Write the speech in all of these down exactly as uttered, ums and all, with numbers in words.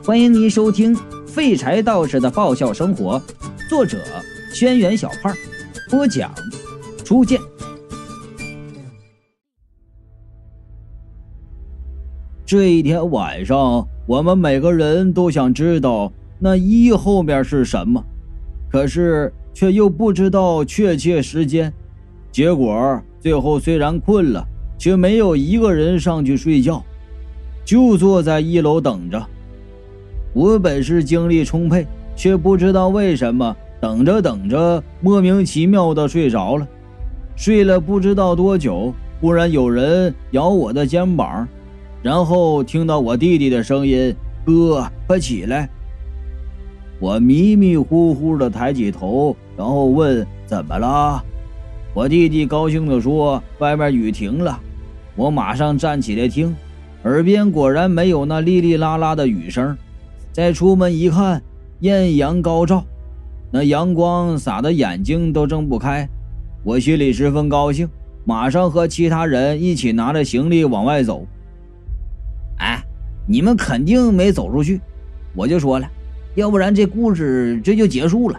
欢迎您收听《废柴道士的爆笑生活》，作者轩辕小胖，播讲初见。这一天晚上，我们每个人都想知道那一后面是什么，可是却又不知道确切时间。结果最后虽然困了，却没有一个人上去睡觉，就坐在一楼等着。我本是精力充沛，却不知道为什么等着等着莫名其妙的睡着了。睡了不知道多久，忽然有人摇我的肩膀，然后听到我弟弟的声音：哥，快起来。我迷迷糊糊的抬起头，然后问怎么了。我弟弟高兴地说外面雨停了。我马上站起来听，耳边果然没有那哩哩啦啦的雨声。再出门一看，艳阳高照，那阳光洒得眼睛都睁不开。我心里十分高兴，马上和其他人一起拿着行李往外走。哎，你们肯定没走出去，我就说了，要不然这故事这就结束了。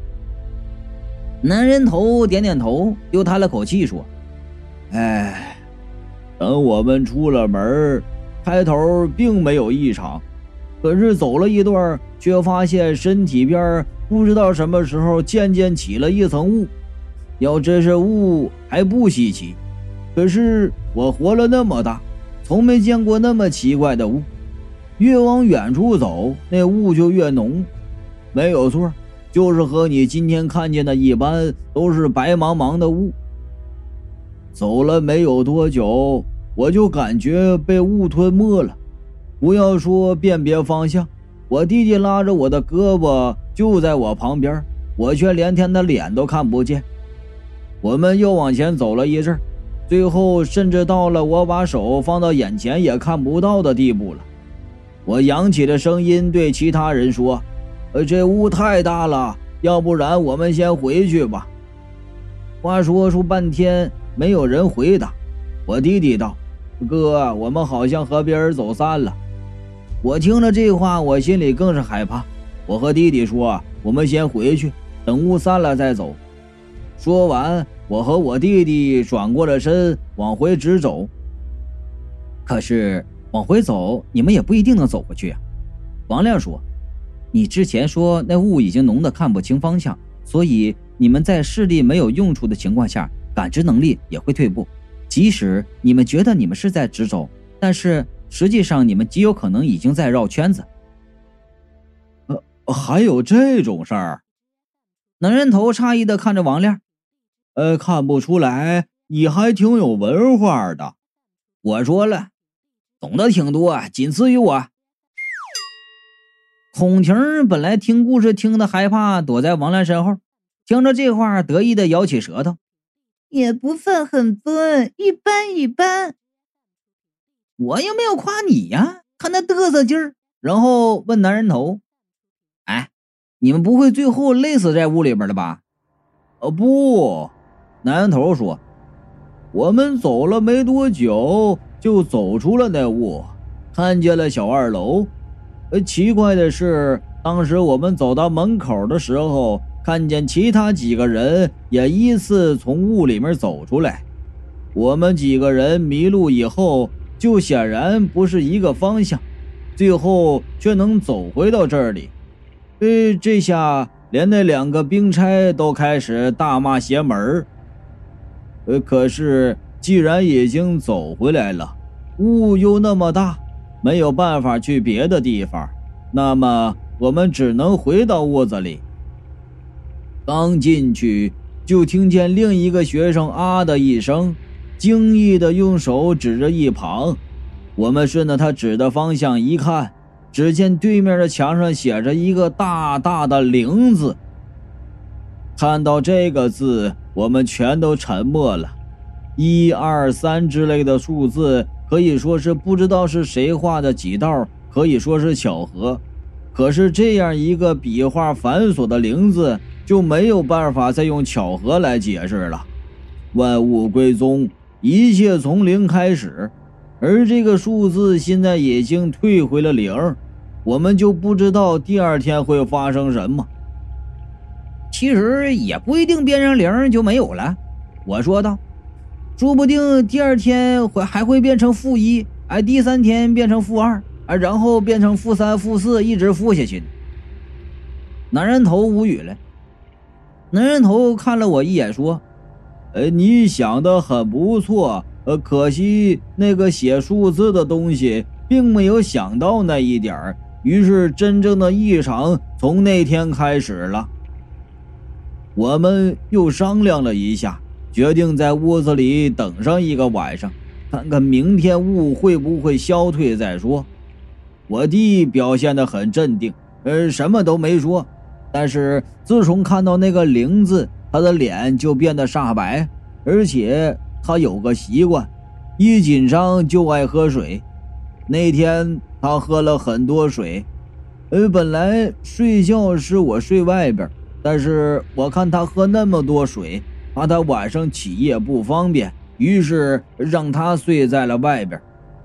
男人头点点头，又叹了口气说：哎，等我们出了门，开头并没有异常，可是走了一段，却发现身体边不知道什么时候渐渐起了一层雾。要真是雾还不稀奇，可是我活了那么大，从没见过那么奇怪的雾。越往远处走，那雾就越浓。没有错，就是和你今天看见的一般，都是白茫茫的雾。走了没有多久，我就感觉被雾吞没了。不要说辨别方向，我弟弟拉着我的胳膊就在我旁边，我却连他的脸都看不见。我们又往前走了一阵，最后甚至到了我把手放到眼前也看不到的地步了。我扬起了声音对其他人说：呃，这雾太大了，要不然我们先回去吧。话说出半天，没有人回答。我弟弟道：哥，我们好像和别人走散了。我听了这话，我心里更是害怕。我和弟弟说，我们先回去，等雾散了再走。说完，我和我弟弟转过了身，往回直走。可是往回走，你们也不一定能走回去啊。王亮说：你之前说那雾已经浓得看不清方向，所以你们在视力没有用处的情况下，感知能力也会退步。即使你们觉得你们是在直走，但是实际上你们极有可能已经在绕圈子。呃，还有这种事儿？男人头诧异地看着王亮。呃，看不出来，你还挺有文化的。我说了，懂得挺多，仅次于我。孔婷本来听故事听得害怕，躲在王亮身后，听着这话得意地摇起舌头。 也不算很笨，一般一般。 我又没有夸你呀，看他嘚瑟劲儿。然后问男人头：哎，你们不会最后累死在屋里边了吧？哦不，男人头说，我们走了没多久就走出了那雾，看见了小二楼。呃，奇怪的是，当时我们走到门口的时候，看见其他几个人也依次从雾里面走出来。我们几个人迷路以后，就显然不是一个方向，最后却能走回到这里。呃，这下连那两个兵差都开始大骂邪门。呃，可是既然已经走回来了，雾又那么大，没有办法去别的地方，那么我们只能回到屋子里。刚进去就听见另一个学生啊的一声，惊异的用手指着一旁。我们顺着他指的方向一看，只见对面的墙上写着一个大大的零字。看到这个字，我们全都沉默了。一二三之类的数字可以说是不知道是谁画的几道，可以说是巧合。可是这样一个笔画繁琐的零字，就没有办法再用巧合来解释了。万物归宗，一切从零开始，而这个数字现在已经退回了零。 我们就不知道第二天会发生什么。 其实也不一定变成零就没有了，我说道，说不定第二天会还会变成负一，哎，第三天变成负二，哎，然后变成负三、负四，一直负下去。 男人头无语了。男人头看了我一眼说：“呃，你想的很不错，呃，可惜那个写数字的东西并没有想到那一点儿，于是真正的异常从那天开始了。”我们又商量了一下，决定在屋子里等上一个晚上，看看明天雾会不会消退再说。我弟表现得很镇定，呃，什么都没说，但是自从看到那个零字，他的脸就变得煞白，而且他有个习惯，一紧张就爱喝水。那天他喝了很多水，呃，本来睡觉是我睡外边，但是我看他喝那么多水，怕他晚上起夜不方便，于是让他睡在了外边。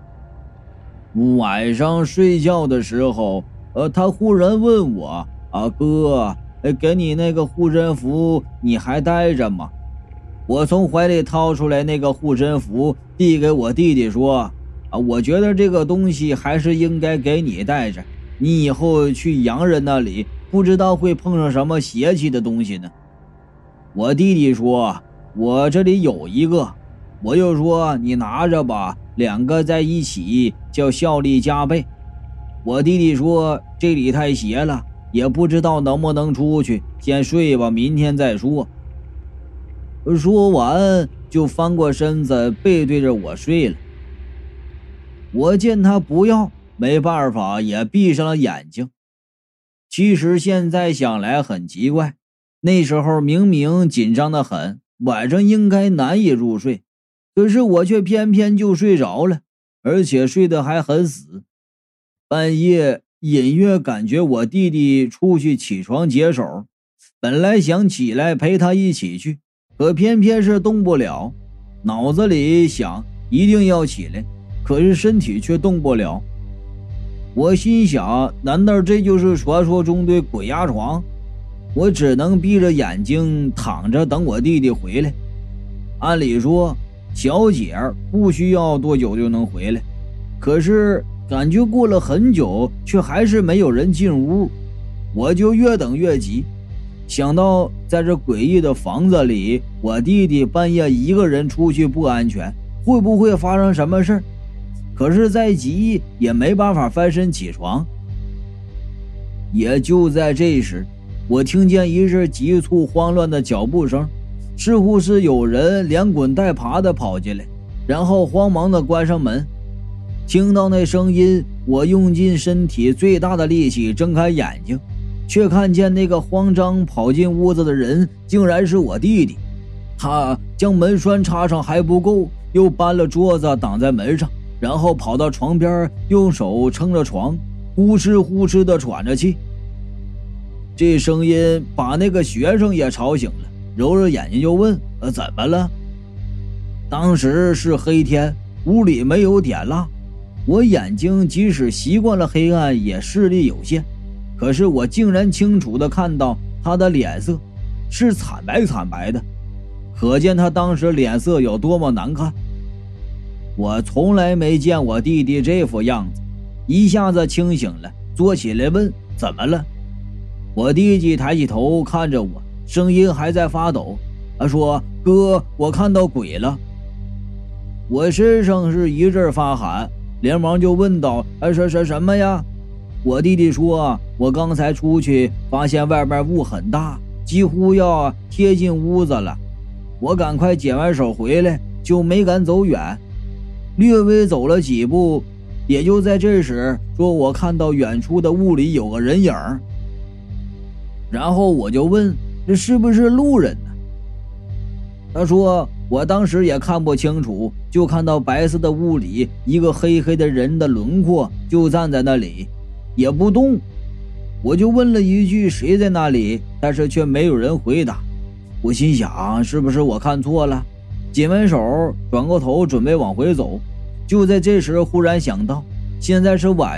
晚上睡觉的时候，呃，他忽然问我：“啊哥，给你那个护身符你还带着吗？”我从怀里掏出来那个护身符，递给我弟弟说：“啊，我觉得这个东西还是应该给你带着，你以后去洋人那里不知道会碰上什么邪气的东西呢。”我弟弟说：“我这里有一个。”我又说：“你拿着吧，两个在一起叫效力加倍。”我弟弟说：“这里太邪了，也不知道能不能出去，先睡吧，明天再说。”说完就翻过身子背对着我睡了。我见他不要，没办法也闭上了眼睛。其实现在想来很奇怪，那时候明明紧张得很，晚上应该难以入睡，可是我却偏偏就睡着了，而且睡得还很死。半夜隐约感觉我弟弟出去起床解手，本来想起来陪他一起去，可偏偏是动不了，脑子里想一定要起来，可是身体却动不了。我心想，难道这就是传说中的鬼压床？我只能闭着眼睛躺着等我弟弟回来。按理说小姐不需要多久就能回来，可是感觉过了很久却还是没有人进屋，我就越等越急。想到在这诡异的房子里，我弟弟半夜一个人出去不安全，会不会发生什么事？可是再急也没办法翻身起床。也就在这时，我听见一阵急促慌乱的脚步声，似乎是有人连滚带爬的跑进来，然后慌忙的关上门。听到那声音，我用尽身体最大的力气睁开眼睛，却看见那个慌张跑进屋子的人竟然是我弟弟。他将门栓插上还不够，又搬了桌子挡在门上，然后跑到床边，用手撑着床，呼哧呼哧地喘着气。这声音把那个学生也吵醒了，揉着眼睛就问：“呃，怎么了？”当时是黑天，屋里没有点蜡，我眼睛即使习惯了黑暗也视力有限，可是我竟然清楚地看到他的脸色是惨白惨白的，可见他当时脸色有多么难看。我从来没见我弟弟这副样子，一下子清醒了，坐起来问：“怎么了？”我弟弟抬起头看着我，声音还在发抖，他说：“哥，我看到鬼了。”我身上是一阵发寒，连忙就问道：“哎，什什什么呀？”我弟弟说：“我刚才出去，发现外面雾很大，几乎要贴近屋子了。我赶快解完手回来，就没敢走远，略微走了几步，也就在这时，说我看到远处的雾里有个人影。然后我就问，这是不是路人呢？他说我当时也看不清楚，就看到白色的雾里一个黑黑的人的轮廓，就站在那里也不动。我就问了一句谁在那里，但是却没有人回答。我心想是不是我看错了，解完手转过头准备往回走，就在这时忽然想到现在是晚上，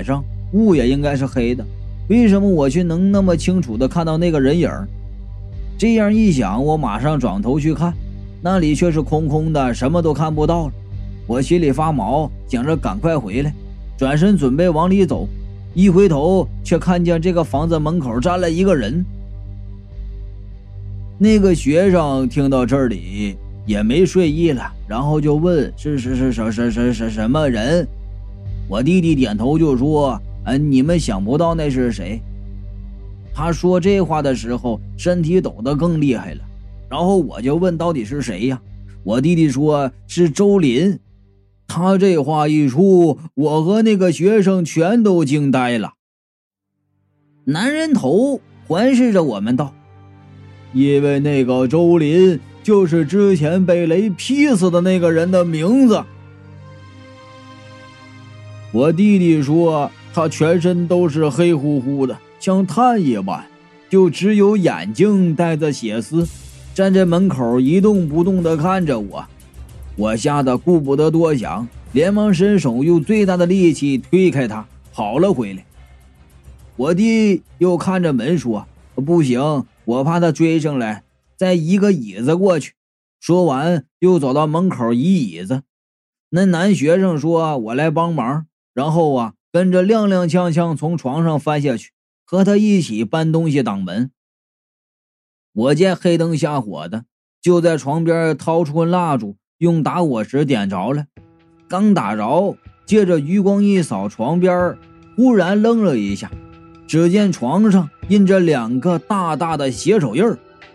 雾也应该是黑的，为什么我却能那么清楚地看到那个人影？这样一想，我马上转头去看，那里却是空空的，什么都看不到了。我心里发毛，想着赶快回来，转身准备往里走，一回头却看见这个房子门口站了一个人。那个学生听到这里也没睡意了，然后就问是是是是是是是什么人。我弟弟点头就说，嗯，你们想不到那是谁。他说这话的时候身体抖得更厉害了，然后我就问到底是谁呀？我弟弟说是周林。他这话一出，我和那个学生全都惊呆了。 男人头环视着我们道， 因为那个周林就是之前被雷劈死的那个人的名字。我弟弟说他全身都是黑乎乎的，像炭一般，就只有眼睛带着血丝，站在门口一动不动地看着我。我吓得顾不得多想，连忙伸手用最大的力气推开他，跑了回来。我弟又看着门说，不行，我怕他追上来，再移个椅子过去。说完又走到门口移椅子。那男学生说我来帮忙，然后啊跟着踉踉跄跄从床上翻下去，和他一起搬东西挡门。我见黑灯瞎火的，就在床边掏出蜡烛，用打火石点着了。刚打着，借着余光一扫床边，忽然愣了一下，只见床上印着两个大大的血手印儿。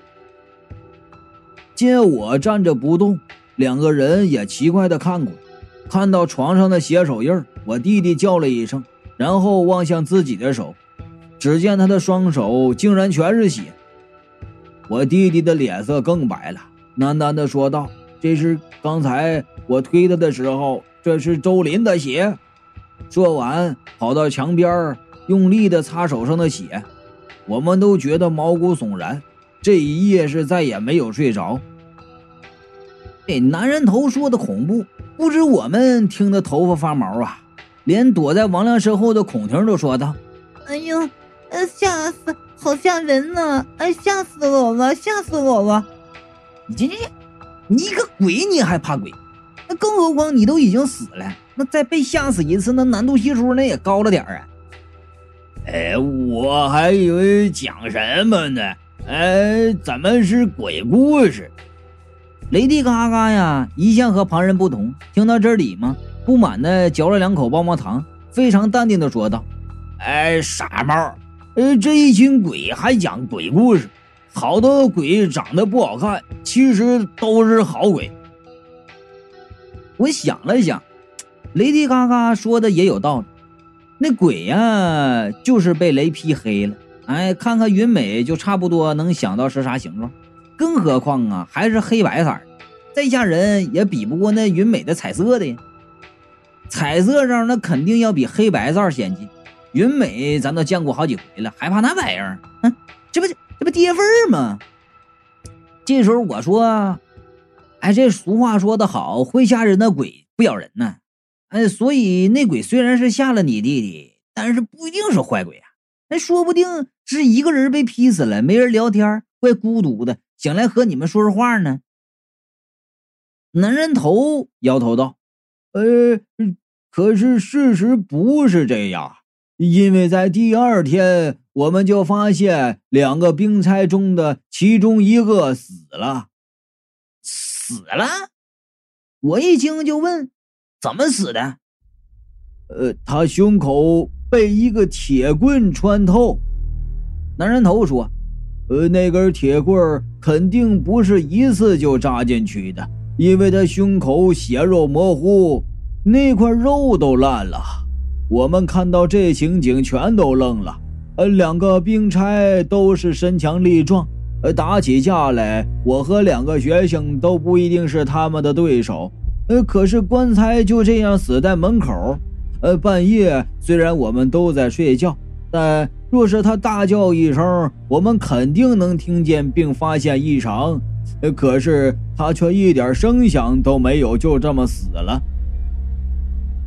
见我站着不动，两个人也奇怪地看过来。看到床上的血手印儿，我弟弟叫了一声，然后望向自己的手，只见他的双手竟然全是血。我弟弟的脸色更白了，喃喃地说道，这是刚才我推他的时候，这是周林的血。说完跑到墙边，用力地擦手上的血。我们都觉得毛骨悚然，这一夜是再也没有睡着。 这男人头说的恐怖，不止我们听得头发发毛啊，连躲在王亮身后的孔婷都说道， 哎呦，呃，吓死，好吓人呢！哎，吓死我了，吓死我了！ 你这这这，你个鬼你还怕鬼？那更何况你都已经死了，那再被吓死一次，那难度系数那也高了点啊。 哎，我还以为讲什么呢？哎，怎么是鬼故事？ 雷迪嘎嘎呀，一向和旁人不同，听到这里嘛，不满的嚼了两口棒棒糖，非常淡定的说道， 哎，傻帽，呃，这一群鬼还讲鬼故事，好多鬼长得不好看，其实都是好鬼。 我想了想，雷迪嘎嘎说的也有道理，那鬼呀就是被雷劈黑了，哎，看看云美就差不多能想到是啥形状，更何况啊还是黑白色的，再吓人也比不过那云美的彩色的呀。彩色上那肯定要比黑白色先进，云美咱都见过好几回了，还怕那玩意儿？嗯，这不这不跌份儿吗？这时候我说，哎，这俗话说得好，会吓人的鬼不咬人呢。哎，所以那鬼虽然是吓了你弟弟，但是不一定是坏鬼啊。那说不定是一个人被劈死了，没人聊天，怪孤独的，想来和你们说说话呢。男人头摇头道， 呃，可是事实不是这样，因为在第二天我们就发现两个兵差中的其中一个死了。 死了？我一惊就问，怎么死的？ 呃，他胸口被一个铁棍穿透。 男人头说， 呃，那根铁棍肯定不是一次就扎进去的，因为他胸口血肉模糊，那块肉都烂了。我们看到这情景全都愣了。呃，两个兵差都是身强力壮，呃，打起架来，我和两个学生都不一定是他们的对手。呃，可是棺材就这样死在门口。呃，半夜虽然我们都在睡觉，但若是他大叫一声，我们肯定能听见并发现异常。呃，可是他却一点声响都没有，就这么死了。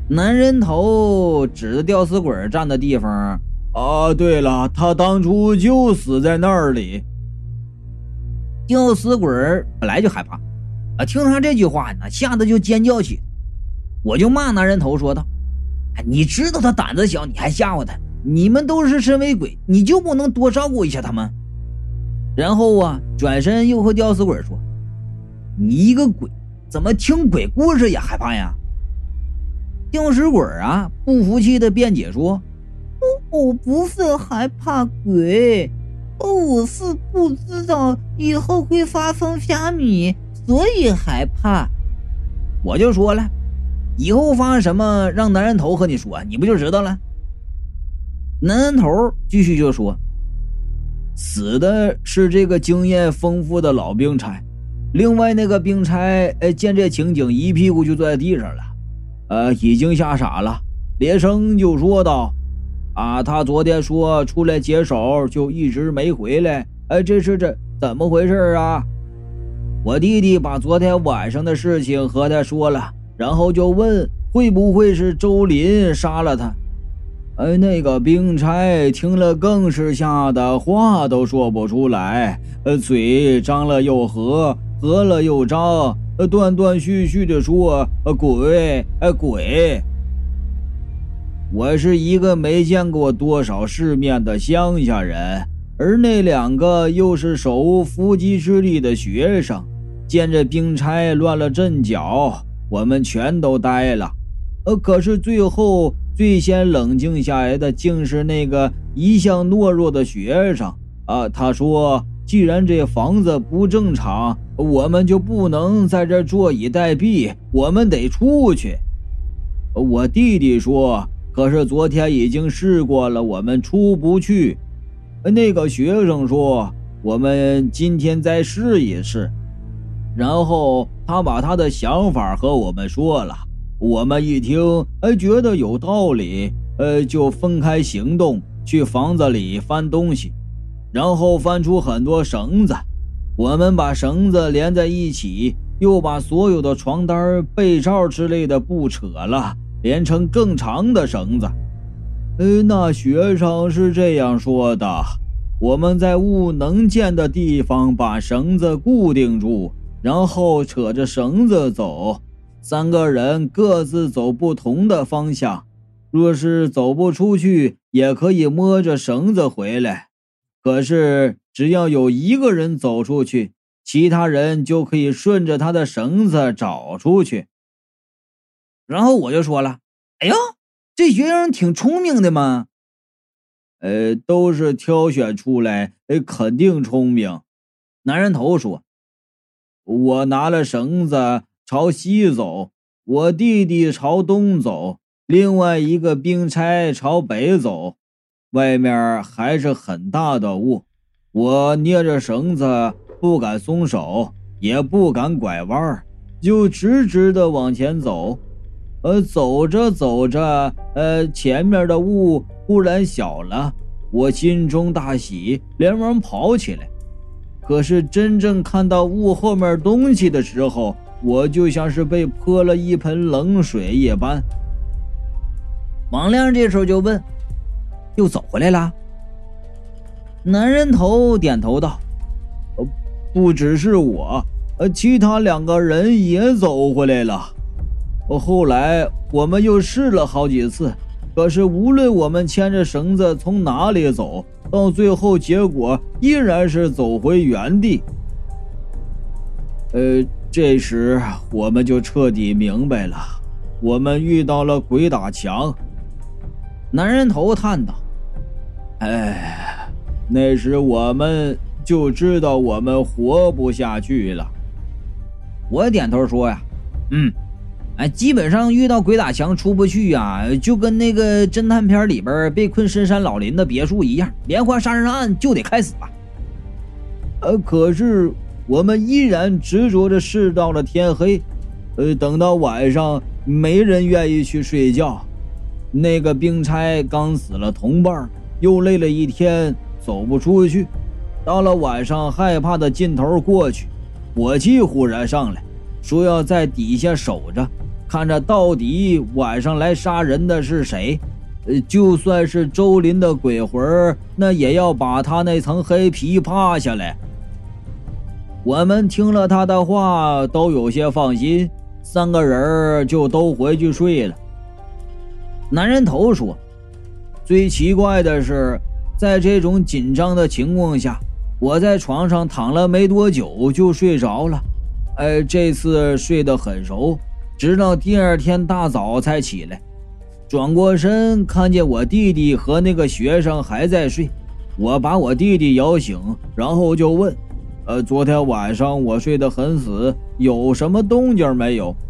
男人头指着吊死鬼站的地方， 啊，对了，他当初就死在那里。 吊死鬼本来就害怕，啊，听他这句话呢，吓得就尖叫起。我就骂男人头说道：“哎，你知道他胆子小，你还吓唬他？你们都是身为鬼，你就不能多照顾一下他们？”然后啊，转身又和吊死鬼说：“你一个鬼，怎么听鬼故事也害怕呀？”吊死鬼啊，不服气的辩解说：“ 我不是害怕鬼，我是不知道以后会发生虾米，所以害怕。” 我就说了，以后发生什么让男人头和你说，你不就知道了？男人头继续就说：“ 死的是这个经验丰富的老兵差，另外那个兵差呃，见这情景一屁股就坐在地上了，呃，已经吓傻了，连声就说道：啊，他昨天说出来解手就一直没回来，哎，这是这怎么回事啊？”我弟弟把昨天晚上的事情和他说了，然后就问会不会是周林杀了他。哎，那个兵差听了更是吓得话都说不出来，呃，嘴张了又合，合了又张，呃，断断续续的说：“呃，鬼，呃，鬼。”我是一个没见过多少世面的乡下人，而那两个又是手无缚鸡之力的学生，见这兵差乱了阵脚，我们全都呆了。呃，可是最后最先冷静下来的竟是那个一向懦弱的学生啊！他说：“既然这房子不正常，我们就不能在这坐以待毙，我们得出去。”我弟弟说：“可是昨天已经试过了，我们出不去。”那个学生说：“我们今天再试一试。”然后他把他的想法和我们说了。我们一听，哎，觉得有道理，呃，就分开行动，去房子里翻东西，然后翻出很多绳子。我们把绳子连在一起，又把所有的床单、被罩之类的布扯了，连成更长的绳子。呃，那学生是这样说的：我们在物能见的地方把绳子固定住，然后扯着绳子走。三个人各自走不同的方向，若是走不出去，也可以摸着绳子回来。可是只要有一个人走出去，其他人就可以顺着他的绳子找出去。 然后我就说了：“哎呦，这学生挺聪明的嘛。” 呃，都是挑选出来，呃，肯定聪明。 男人头说：“ 我拿了绳子朝西走，我弟弟朝东走，另外一个兵差朝北走。外面还是很大的雾，我捏着绳子不敢松手，也不敢拐弯，就直直的往前走。呃，走着走着，呃，前面的雾忽然小了，我心中大喜，连忙跑起来。可是真正看到雾后面东西的时候，我就像是被泼了一盆冷水一般。 王亮这时候就问：“又走回来了？”男人头点头道：“ 呃，不只是我，呃，其他两个人也走回来了。后来我们又试了好几次，可是无论我们牵着绳子从哪里走，到最后结果依然是走回原地。呃。”这时我们就彻底明白了，我们遇到了鬼打墙。 男人头叹道：“ 哎，那时我们就知道我们活不下去了。” 我点头说呀：“嗯，哎，基本上遇到鬼打墙出不去啊，就跟那个侦探片里边被困深山老林的别墅一样，连环杀人案就得开始吧。” 呃，可是我们依然执着着试到了天黑，呃，等到晚上，没人愿意去睡觉。那个兵差刚死了同伴，又累了一天，走不出去。到了晚上，害怕的劲头过去，火气忽然上来，说要在底下守着， 看着到底晚上来杀人的是谁。呃，就算是周林的鬼魂，那也要把他那层黑皮扒下来。我们听了他的话，都有些放心，三个人就都回去睡了。男人头说，最奇怪的是，在这种紧张的情况下，我在床上躺了没多久就睡着了。呃，这次睡得很熟，直到第二天大早才起来。转过身，看见我弟弟和那个学生还在睡，我把我弟弟摇醒，然后就问：呃，昨天晚上我睡得很死，有什么动静没有？